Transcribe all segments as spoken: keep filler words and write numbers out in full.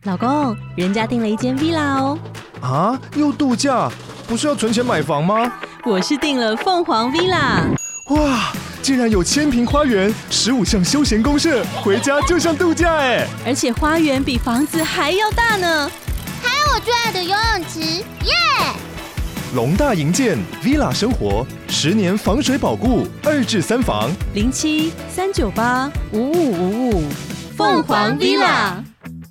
老公，人家订了一间 villa 哦。 啊，又度假？不是要存钱买房吗？ 我是订了凤凰 villa。 哇，竟然有千坪花园，十五项休闲公设，回家就像度假哎！ 而且花园比房子还要大呢。 还有我最爱的游泳池，耶！ 龙大营建 villa 生活，十年防水保固，二至三房， 零七三九八五五五五，凤凰 villa。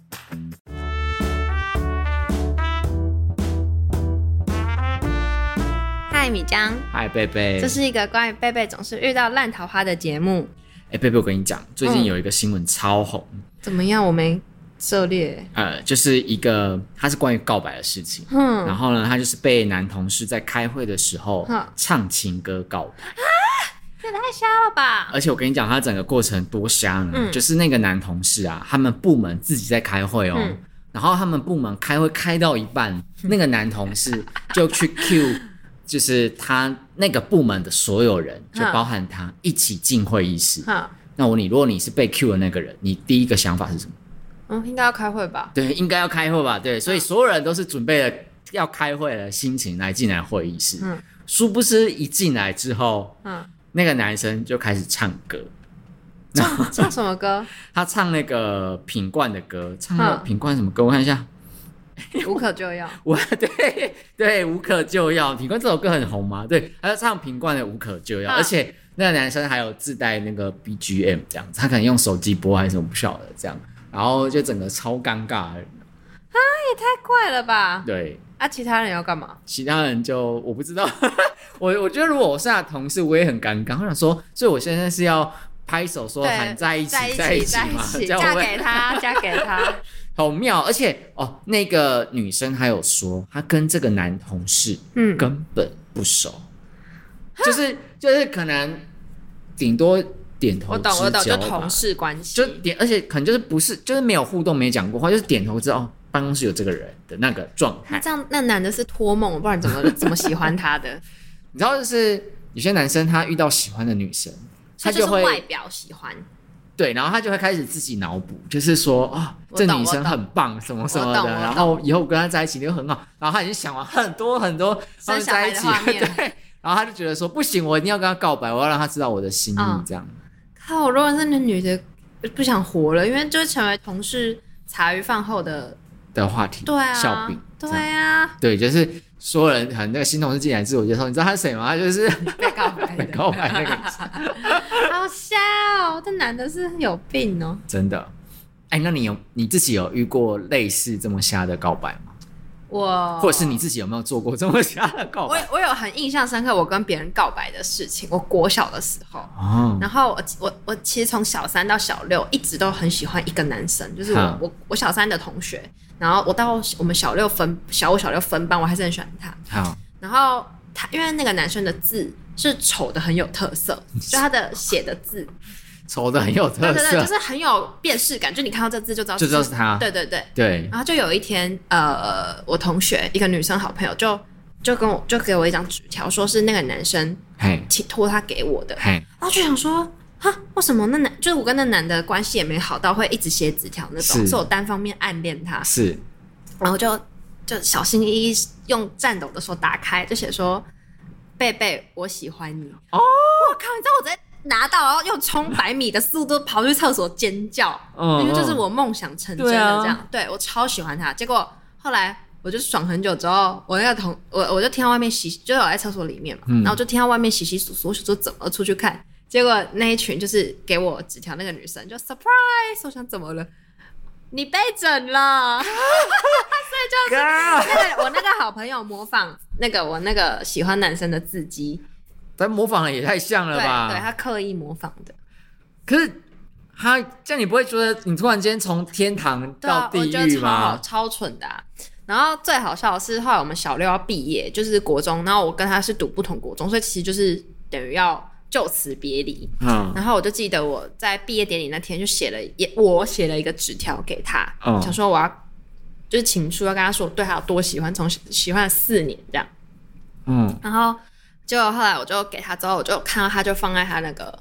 嗨，米江。 嗨，贝贝。 这是一个关于贝贝总是遇到烂桃花的节目。 哎，贝贝，我跟你讲，最近有一个新闻超红。嗯、 怎么样？我没涉猎。 呃，就是一个，它是关于告白的事情。嗯。然后呢，他就是被男同事在开会的时候唱情歌告白。 啊！这太瞎了吧！ 而且我跟你讲，他整个过程多瞎呢。嗯。就是那个男同事啊，他们部门自己在开会哦。嗯。然后他们部门开会开到一半，那个男同事就去 cue。就是他那个部门的所有人，就包含他一起进会议室。那我问你，如果你是被 Q 的那个人，你第一个想法是什么？ 嗯，应该要开会吧？ 对，应该要开会吧？对，所以所有人都是准备了要开会的心情来进来会议室。嗯，殊不知一进来之后，嗯，那个男生就开始唱歌。 唱唱什么歌？ 他唱那个品冠的歌，唱那个品冠什么歌？我看一下。 无可救药， 我对对无可救药。品冠这首歌很红吗？对，他就唱品冠的无可救药，啊、而且那个男生还有自带那个 B G M 这样子，他可能用手机播还是什么不晓得这样，然后就整个超尴尬的。啊， 也太怪了吧！ 对， 啊，其他人要干嘛？ 其他人就我不知道。我我觉得如果我是他的同事，我也很尴尬。我想说，所以我现在是要拍手说喊在一起， 在一起吗？ 嫁给他，嫁给他。 好妙，而且哦，那个女生还有说，她跟这个男同事根本不熟，嗯、就是就是可能顶多点头之交吧。 我懂我懂，就同事关系， 就点，而且可能就是不是，就是没有互动，没讲过话，就是点头之后，哦，办公室有这个人的那个状态。 这样，那男的是托梦，不然怎么怎么喜欢他的？ 你知道，就是有些男生他遇到喜欢的女生，他就会就是外表喜欢。 对，然后他就会开始自己脑补，就是说啊、哦，这女生很棒，什么什么的，然后以后跟她在一起就很好。然后他已经想完很多很多他们在一起，对，然后他就觉得说不行，我一定要跟她告白，我要让她知道我的心意，这样。 靠、嗯，如果是那女的不想活了，因为就会成为同事茶余饭后的的话题，对啊， 笑柄， 对啊， 对，就是所有人很那个新同事进来自我介绍，你知道他是谁吗？他就是被告白的， 被告白那个。 好笑哦，这男的是有病哦， 真的。哎，那你有你自己有遇过类似这么瞎的告白吗？ 我， 或者是你自己有没有做过这么瞎的告白？ 我我有很印象深刻，我跟别人告白的事情。我国小的时候，哦、然后我我我其实从小三到小六一直都很喜欢一个男生，就是我、嗯、我我小三的同学。然后我到我们小六分小五小六分班，我还是很喜欢他。好，然后他因为那个男生的字是丑的很有特色，就他的写的字丑的很有特色， 对对对，就是很有辨识感，就你看到这字就知道是， 就知道是他。 对对对对。 然后就有一天，呃，我同学一个女生好朋友就就跟我就给我一张纸条，说是那个男生托他给我的，然后就想说。哈，为什么那男就是我跟那男的关系也没好到会一直写纸条那种，是我单方面暗恋他， 是， 然后就就小心翼翼用颤抖的手打开，就写说贝贝我喜欢你。哦，我靠，你知道我直接拿到，然后用冲百米的速度跑去厕所尖叫，嗯、因为就是我梦想成真的这样，对,、啊、对我超喜欢他。结果后来我就爽很久之后，我那个同我我就听到外面洗，就是我在厕所里面嘛，嗯、然后就听到外面洗洗簌簌，我想说怎么出去看。结果那一群就是给我纸条那个女生就 surprise， 我想怎么了？你被整了，所以就是那个我那个好朋友模仿那个我那个喜欢男生的字迹， 但模仿的也太像了吧？ 对，对他刻意模仿的。 可是他这样，你不会觉得你突然间从天堂到地狱吗？ 超超蠢的、啊。然后最好笑的是，后来我们小六要毕业，就是国中，然后我跟他是读不同国中，所以其实就是等于要。就此别离、嗯，然后我就记得我在毕业典礼那天就写了，也我写了一个纸条给他、嗯，想说我要就是情书，要跟他说我对他有多喜欢，从喜欢了四年这样，嗯，然后结果后来我就给他之后，我就看到他就放在他那个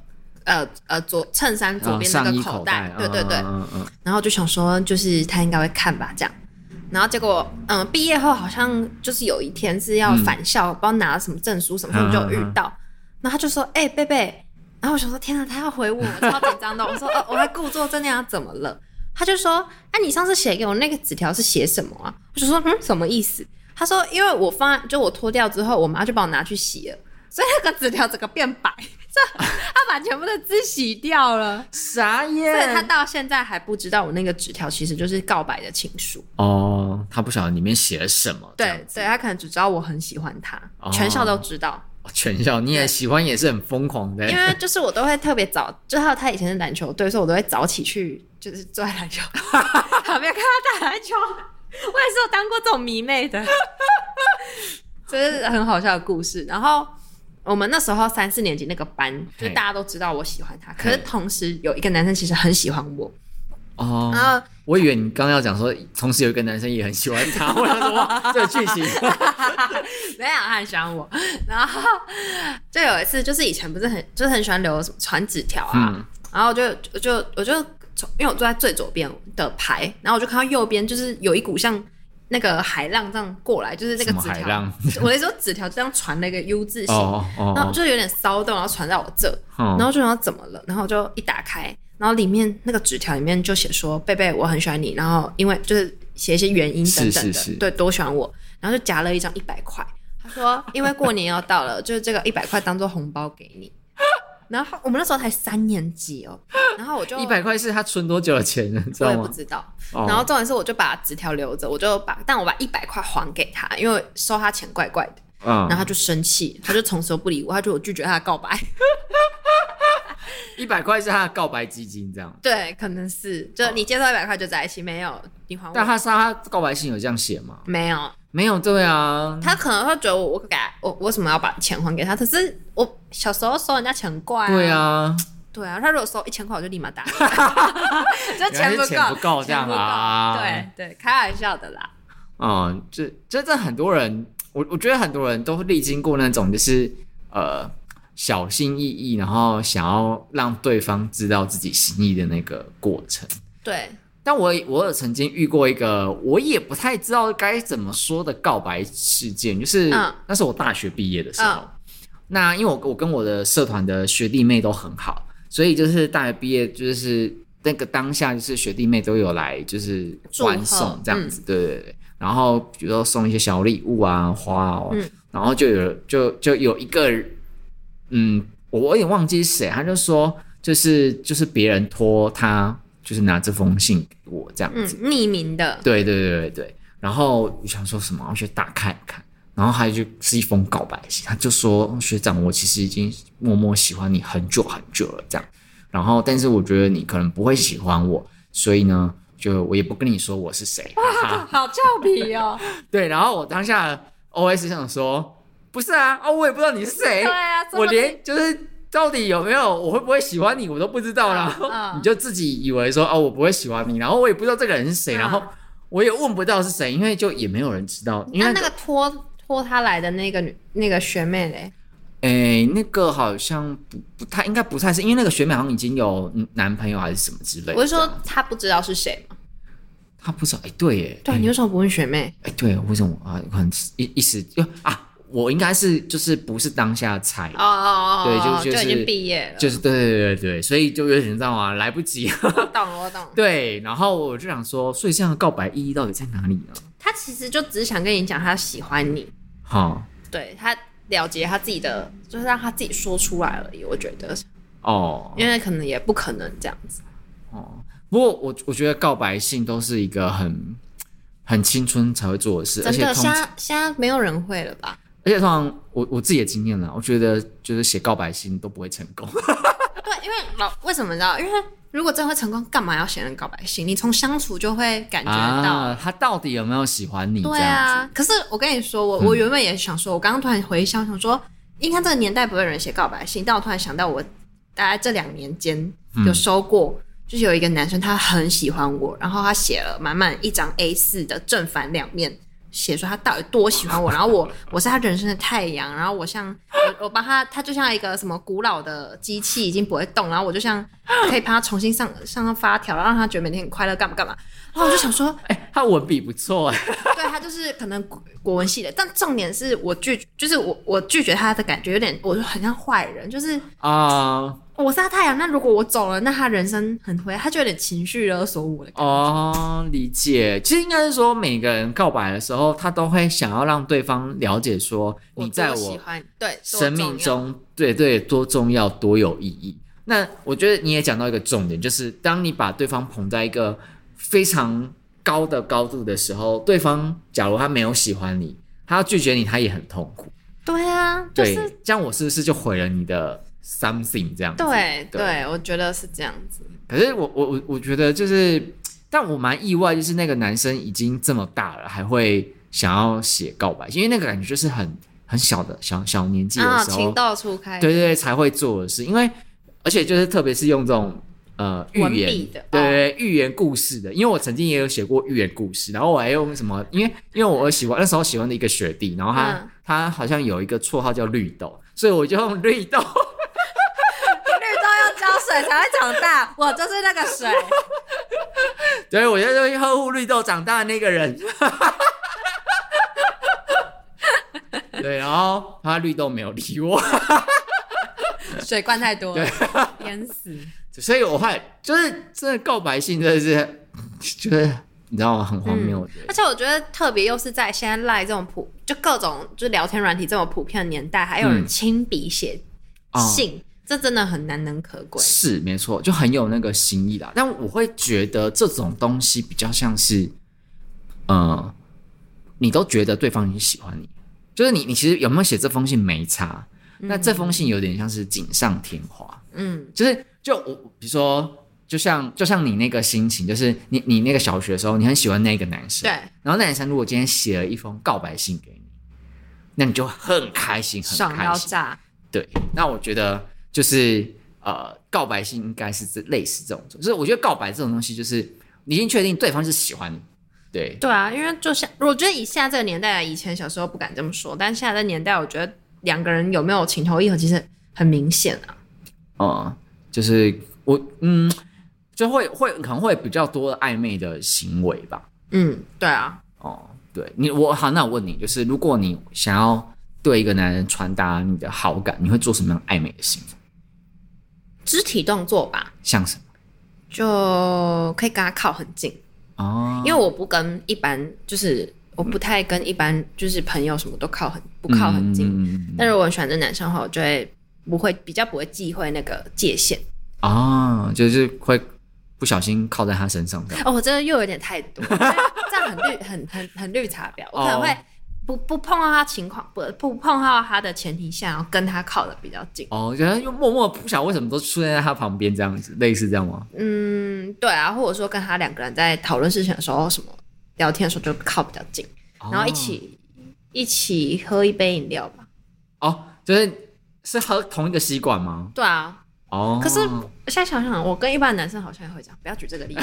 呃呃左衬衫左边那个口袋， 嗯、 对对对， 嗯嗯， 然后就想说就是他应该会看吧这样，然后结果嗯毕业后好像就是有一天是要返校，嗯、不知道拿了什么证书什么时候就遇到，嗯嗯、然后他就说哎、欸、贝贝，然后我想说天哪他要回我，我超紧张的，我说、哦、我在故作镇定，怎么了？他就说哎、啊、你上次写给我那个纸条是写什么啊？我就说嗯什么意思？他说因为我放就我脱掉之后我妈就把我拿去洗了，所以那个纸条整个变白，他把全部的字洗掉了， 傻眼。 所以他到现在还不知道我那个纸条其实就是告白的情书。 哦，他不晓得里面写了什么。 对对，他可能只知道我很喜欢他，哦、全校都知道。 全校你也喜欢，也是很疯狂的。 因为就是我都会特别早，就他他以前是篮球队，所以我都会早起去，就是坐在篮球旁边看他打篮球。我也是有当过这种迷妹的，这是很好笑的故事。然后我们那时候三四年级那个班，就大家都知道我喜欢他，可是同时有一个男生其实很喜欢我。 哦，然后我以为你刚刚要讲说，同时有一个男生也很喜欢他，我想说哇，这个剧情没有，他很喜欢我。然后就有一次，就是以前不是很就是很喜欢留什么传纸条啊，嗯、然后我就我就我就因为我坐在最左边的排，然后我就看到右边就是有一股像那个海浪这样过来，就是那个纸条，我那时候纸条这样传了一个 U 字形，哦哦、然后就有点骚动，然后传到我这，哦、然后就想怎么了，然后我就一打开，然后里面那个纸条里面就写说贝贝我很喜欢你，然后因为就是写一些原因等等的，是是是对，多喜欢我，然后就夹了一张一百块，他说因为过年要到了，就是这个一百块当做红包给你。然后我们那时候才三年级哦，然后我就一百块是他存多久的钱呢？知道吗？ 我也不知道。哦、然后重点是我就把纸条留着，我就把但我把一百块还给他，因为收他钱怪怪的。嗯、然后他就生气，他就从此都不理我，他就我拒绝他的告白。 一百块是他的告白基金，这样？对， 可能是，就你接受一百块就在一起，没有你还我。 但他他告白信有这样写吗？ 没有。 没有，对啊， 他可能会觉得我我给他我我为什么要把钱还给他？可是我小时候收人家钱很怪啊。 对啊， 对啊，他如果收一千块，我就立马打。就钱不够， 钱不够这样啊？ 对对，开玩笑的啦。 嗯，这这这很多人，我我觉得很多人都历经过那种就是呃小心翼翼，然后想要让对方知道自己心意的那个过程。 对。 但我我有曾经遇过一个我也不太知道该怎么说的告白事件，就是、嗯、那是我大学毕业的时候。嗯、那因为我我跟我的社团的学弟妹都很好，所以就是大学毕业就是那个当下就是学弟妹都有来就是欢送这样子，嗯、对对对。然后比如说送一些小礼物啊花啊，嗯、然后就有就就有一个嗯我有点忘记是谁，他就说就是就是别人托他。就是拿这封信给我这样子， 嗯，匿名的， 对对对对对。然后我想说什么，我就打开看，然后还就是一封告白信，他就说学长，我其实已经默默喜欢你很久很久了这样。然后但是我觉得你可能不会喜欢我，所以呢，就我也不跟你说我是谁。 哇，好俏皮哦。 对，然后我当下 O S 想说，不是啊，哦，我也不知道你是谁， 对啊， 我连就是。到底有没有我会不会喜欢你我都不知道，然后你就自己以为说哦我不会喜欢你，然后我也不知道这个人是谁，然后我也问不到是谁，因为就也没有人知道。因为、那個、 那那个拖拖他来的那个那个学妹嘞， 诶那个好像不不太应该不太是，因为那个学妹好像已经有男朋友还是什么之类的。 我是说他不知道是谁吗？ 他不知道，哎对耶， 对啊，你为什么不问学妹？ 哎对，为什么啊？很一一时啊。我应该是就是不是当下猜哦哦哦， 对，就就是就已经毕业了， 就是对对对对，所以就有点知道吗？来不及。 我懂我懂。 对，然后我就想说，所以这样的告白意义到底在哪里呢？ 他其实就只是想跟你讲他喜欢你， 好， 对他了结他自己的，就是让他自己说出来而已。我觉得哦， 因为可能也不可能这样子哦。不过我我觉得告白信都是一个很很青春才会做的事， 真的， 而且现在现在没有人会了吧？ 而且通常我我自己的经验啦，我觉得就是写告白信都不会成功。 对，因为老为什么你知道？因为如果真的会成功，干嘛要写人告白信？你从相处就会感觉到、 啊、他到底有没有喜欢你。 对啊，可是我跟你说，我我原本也想说，嗯、我刚刚突然回想想说，应该这个年代不会有人写告白信，但我突然想到，我大概这两年间有收过。嗯就是有一个男生他很喜欢我，然后他写了满满一张 A 四 的正反两面写说他到底多喜欢我，然后我我是他人生的太阳，然后我像我我帮他，他就像一个什么古老的机器已经不会动，然后我就像可以帮他重新上上发条，然后让他觉得每天很快乐，干嘛干嘛。然后我就想说， 哎、欸，他文笔不错哎。 对，他就是可能国文系的，但重点是我拒，就是我我拒绝他的感觉有点，我就很像坏人，就是啊。Uh... 我是他太阳，那如果我走了，那他人生很灰，他就有点情绪勒索我的感觉。 哦，理解。其实应该是说，每个人告白的时候，他都会想要让对方了解说，你在我生命中，对对多重要，多有意义。那我觉得你也讲到一个重点，就是当你把对方捧在一个非常高的高度的时候，对方假如他没有喜欢你，他要拒绝你，他也很痛苦。 对啊，就是、 对，这样我是不是就毁了你的something 这样子？ 对 对, 对，我觉得是这样子。 可是我我我觉得就是，但我蛮意外，就是那个男生已经这么大了，还会想要写告白，因为那个感觉就是很很小的小小年纪的时候， 啊、情窦初开， 对对对，才会做的事。因为而且就是特别是用这种呃寓言的，对对寓言故事的，因为我曾经也有写过寓言故事，然后我还用什么，因为因为我喜欢那时候喜欢的一个学弟，然后他、嗯、他好像有一个绰号叫绿豆，所以我就用绿豆。 浇水才会长大，我就是那个水。 对，我就是呵护绿豆长大的那个人。对，然后他绿豆没有理我， 水灌太多，对，淹死。 所以我后来就是真的告白信真的是，就是你知道吗？很荒谬的、嗯。 而且我觉得特别又是在现在 LINE 这种普，就各种就是聊天软体这么普遍的年代，还有人亲笔写信。嗯哦，这真的很难能可贵， 是没错，就很有那个心意啦。但我会觉得这种东西比较像是，呃，你都觉得对方已经喜欢你，就是你你其实有没有写这封信没差，嗯、那这封信有点像是锦上添花，嗯，就是就我比如说，就像就像你那个心情，就是你你那个小学的时候，你很喜欢那个男生， 对， 然后那男生如果今天写了一封告白信给你，那你就很开心，很开心， 爽到炸， 对，那我觉得。就是呃，告白信应该是这类似这种，就是我觉得告白这种东西，就是你已经确定对方是喜欢你，对对啊，因为就像我觉得以现在这个年代，以前小时候不敢这么说，但现在的年代，我觉得两个人有没有情投意合，其实很明显啊。 哦、嗯，就是我嗯，就会会可能会比较多的暧昧的行为吧。 嗯，对啊。 哦，对你我好，那我问你，就是如果你想要对一个男人传达你的好感，你会做什么样暧昧的行为？ 肢体动作吧， 像什么？ 就可以跟他靠很近哦，因为我不跟一般，就是我不太跟一般就是朋友什么都靠很不靠很近。嗯、但如果我喜欢这男生的话，我就会不会比较不会忌讳那个界限哦，就是会不小心靠在他身上的。 哦，我真的又有点太多，这样很绿很很很绿茶婊，我可能会。哦不不碰到他情况，不不碰到他的前提下，然后跟他靠得比较近。 哦，觉得又默默不晓得为什么都出现在他旁边这样子，类似这样吗？ 嗯，对啊，或者说跟他两个人在讨论事情的时候，什么聊天的时候就靠比较近，哦、然后一起一起喝一杯饮料吧。 哦，就是是喝同一个吸管吗？ 对啊。哦。可是现在想想，我跟一般男生好像也会这样，不要举这个例子。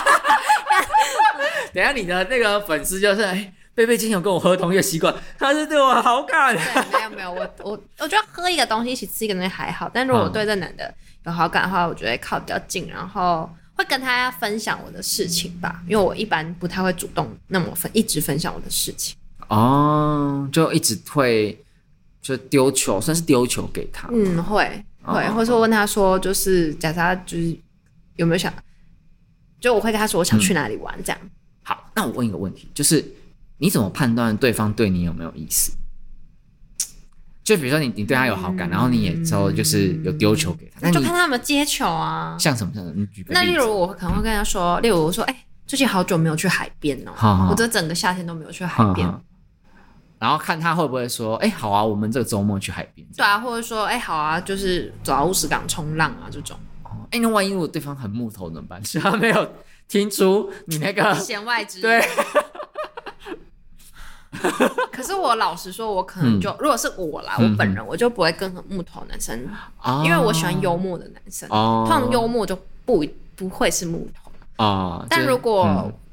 等一下你的那个粉丝就是哎。贝贝今天有跟我喝同一个习惯，他是对我好感。 对，没有没有，我我我觉得喝一个东西一起吃一个东西还好，但如果我对这男的有好感的话，我觉得靠比较近，然后会跟他分享我的事情吧，因为我一般不太会主动那么分一直分享我的事情。哦， 就一直会就丢球，算是丢球给他。 嗯，会会，哦、或者说问他说，就是假设他就是有没有想，就我会跟他说我想去哪里玩、嗯、这样。 好，那我问一个问题，就是。你怎么判断对方对你有没有意思？就比如说你你对他有好感，嗯、然后你也之后就是有丢球给他， 那就看他有没有接球啊。 像什么像什么？你举个例子。 那例如我可能会跟他说，例如我说，哎、欸，最近好久没有去海边哦，好好我这整个夏天都没有去海边。好好然后看他会不会说，哎、欸，好啊，我们这个周末去海边。 对啊，或者说，哎、欸，好啊，就是走到乌石港冲浪啊这种。 哦，哎、欸，那万一如果对方很木头怎么办？是他没有听出你那个弦外之音。 对。 可是我老实说，我可能就、嗯、如果是我啦，我本人我就不会跟很木头的男生、哦，因为我喜欢幽默的男生。哦，通常幽默就不不会是木头啊、哦。但如果、嗯、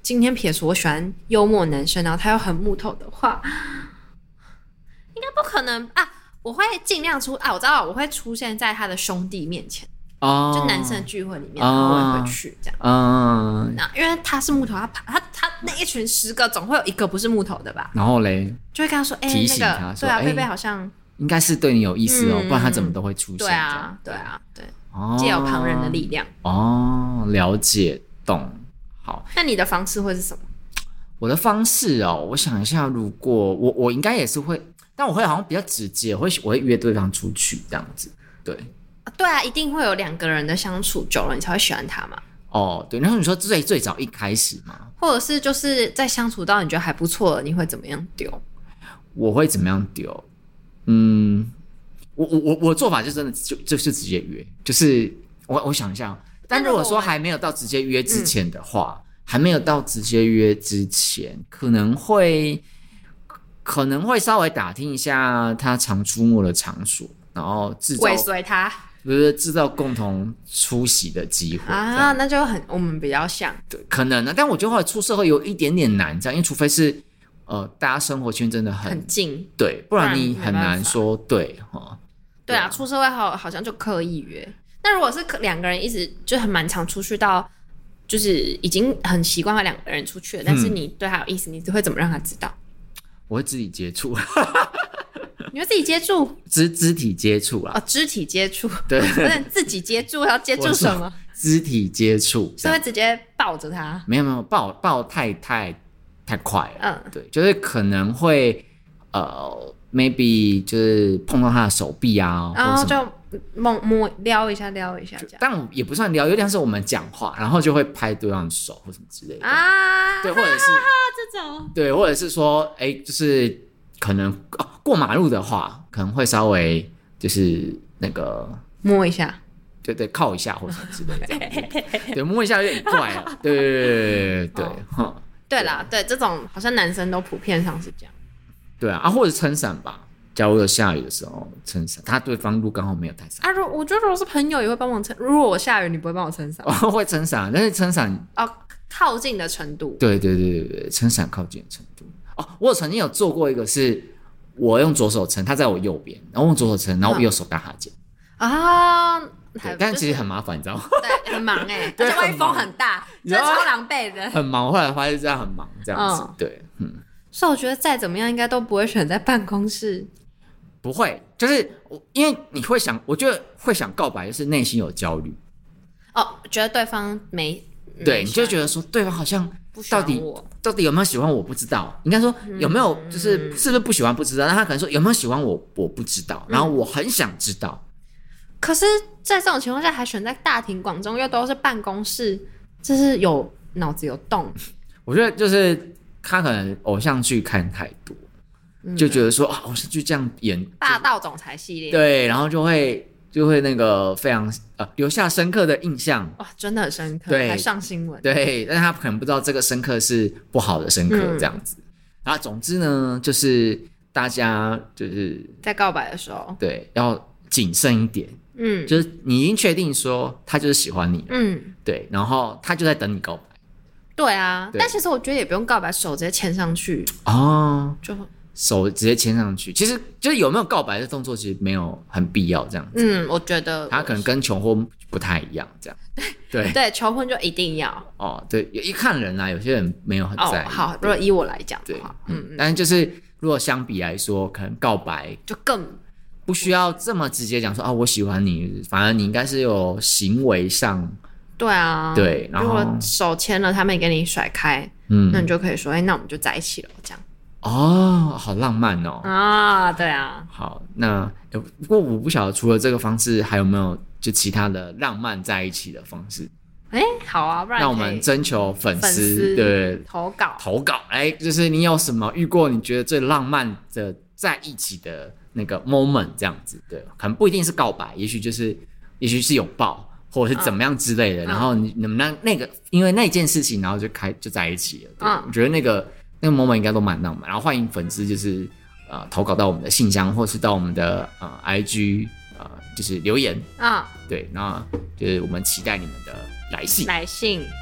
今天撇除我喜欢幽默男生，然后他又很木头的话，应该不可能啊！我会尽量出啊，我知道我会出现在他的兄弟面前。哦，就男生的聚会里面，然后我也会去这样。嗯，那因为他是木头，他他他那一群十个总会有一个不是木头的吧？ 然后嘞， 就会跟他说，哎、欸， 提醒他说， 那个、对啊，贝贝好像应该是对你有意思哦，嗯、不然他怎么都会出现？ 对啊，对啊，对，借由旁人的力量。 哦，了解，懂。好， 那你的方式会是什么？ 我的方式哦，我想一下，如果我我应该也是会，但我会好像比较直接，我会我会约对方出去这样子，对。 对啊，一定会有两个人的相处久了，你才会喜欢他嘛。 哦，对，然后你说最最早一开始嘛， 或者是就是在相处到你觉得还不错了，你会怎么样丢？ 我会怎么样丢？嗯，我我我我做法就真的就就是直接约，就是我我想一下，但如果说还没有到直接约之前的话，嗯、还没有到直接约之前，可能会可能会稍微打听一下他常出没的场所，然后制造尾随他。 不是制造共同出席的机会啊，那就很我们比较像， 对，可能呢，但我觉得后来出社会有一点点难，这样，因为除非是呃大家生活圈真的很很近， 对，不然你很难说对哈。 对啊，出社会好好像就刻意约，那如果是两个人一直就很蛮常出去到，就是已经很习惯和两个人出去了，但是你对他有意思，你会怎么让他知道？ 我会肢体接触。 你会自己接触肢肢体接触啦， 哦，肢体接触， 对， 自己接触要接触什么？ 肢体接触， 是会直接抱着他？ 没有没有，抱抱太太太快了， 嗯， 对，就是可能会呃 ，maybe 就是碰到他的手臂啊， 然后就摸摸撩一下撩一下这样， 但也不算撩，有点像是我们讲话，然后就会拍对方的手或什么之类的啊， 对，或者是这种， 对，或者是说，哎，就是可能、哦、过马路的话，可能会稍微就是那个摸一下， 对对，靠一下或什么之类的，对，摸一下有点怪了，对对对对对， 哦、对啦，对，这种好像男生都普遍上是这样， 对啊，啊或者撑伞吧。假如有下雨的时候撑伞，他对方路刚好没有带伞啊。我觉得如果是朋友也会帮忙撑。如果我下雨，你不会帮我撑伞？ 我会撑伞，但是撑伞哦，靠近的程度。 对对对对对，撑伞靠近的程度。哦，我有曾经有做过一个是，我用左手撑，他在我右边，然后用左手撑，然后我右手搭他肩。 啊、 嗯，但其实很麻烦，你知道吗？ 对，很忙哎、欸，而且外风很大，真的超狼狈的。 很忙，我后来发现这样很忙，这样子，嗯、对，嗯。 所以我觉得再怎么样，应该都不会选在办公室。 不会，就是因为你会想，我觉得会想告白，就是内心有焦虑。 哦，觉得对方没对，你就觉得说对方好像到底到底有没有喜欢我不知道，应该说有没有就是是不是不喜欢不知道，但他可能说有没有喜欢我我不知道，然后我很想知道。 可是，在这种情况下还选在大庭广众，又都是办公室，这是有脑子有洞。 我觉得就是他可能偶像剧看太多。就觉得说啊，偶像剧这样演霸道总裁系列， 对，然后就会就会那个非常呃留下深刻的印象， 哇，真的很深刻， 对， 还上新闻， 对，但是他可能不知道这个深刻是不好的深刻这样子。嗯、然后总之呢，就是大家就是在告白的时候， 对，要谨慎一点，嗯，就是你已经确定说他就是喜欢你了，嗯，对，然后他就在等你告白， 对啊，对但其实我觉得也不用告白，手直接牵上去哦， 就。 手直接牵上去，其实就是有没有告白的动作，其实没有很必要这样子。 嗯，我觉得他可能跟求婚不太一样，这样。对对对，求婚就一定要。 哦，对，一看人啦，有些人没有很在意。 哦，好，如果以我来讲的话， 嗯，嗯但是就是如果相比来说，可能告白就更不需要这么直接讲说啊，我喜欢你，反而你应该是有行为上。 对啊， 对，然后如果手牵了，他没给你甩开，嗯，那你就可以说，哎、欸，那我们就在一起了，这样。 哦，好浪漫哦！ 啊，对啊。 好，那不过我不晓得除了这个方式，还有没有就其他的浪漫在一起的方式？ 哎，好啊，不然那我们征求粉丝，粉丝对投稿投稿，哎，就是你有什么遇过你觉得最浪漫的在一起的那个 moment 这样子？对，可能不一定是告白，也许就是也许是拥抱，或者是怎么样之类的。嗯、然后你们那那个因为那件事情，然后就开就在一起了。对，嗯、我觉得那个。那个 moment 应该都蛮浪漫，然后欢迎粉丝就是呃投稿到我们的信箱，或是到我们的呃 I G 呃就是留言啊，对，那就是我们期待你们的来信。 来信，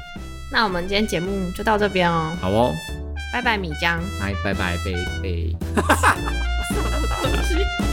那我们今天节目就到这边哦。 好哦， 拜拜米浆， 拜拜拜贝贝。 什么东西？